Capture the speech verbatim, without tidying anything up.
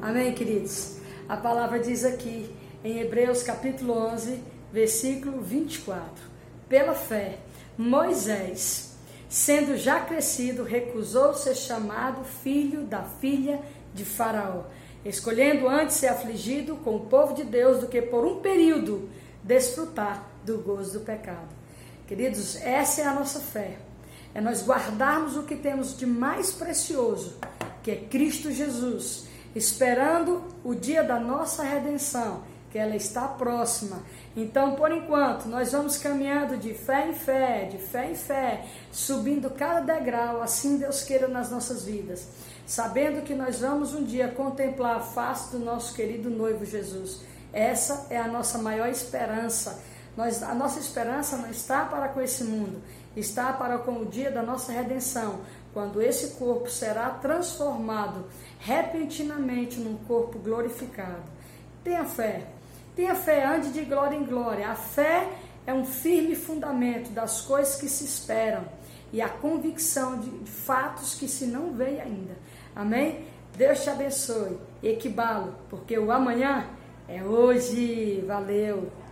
Amém, queridos? A palavra diz aqui em Hebreus capítulo onze, versículo vinte e quatro. Pela fé, Moisés, sendo já crescido, recusou ser chamado filho da filha de Faraó, escolhendo antes ser afligido com o povo de Deus do que por um período desfrutar do gozo do pecado. Queridos, essa é a nossa fé. É nós guardarmos o que temos de mais precioso, que é Cristo Jesus, esperando o dia da nossa redenção, que ela está próxima. Então, por enquanto, nós vamos caminhando de fé em fé, de fé em fé, subindo cada degrau, assim Deus queira nas nossas vidas, sabendo que nós vamos um dia contemplar a face do nosso querido noivo Jesus. Essa é a nossa maior esperança. Nós, a nossa esperança não está para com esse mundo, está para com o dia da nossa redenção, quando esse corpo será transformado repentinamente num corpo glorificado. Tenha fé, tenha fé, ande de glória em glória. A fé é um firme fundamento das coisas que se esperam e a convicção de, de fatos que se não veem ainda. Amém? Deus te abençoe e equibalo, porque o amanhã é hoje. Valeu!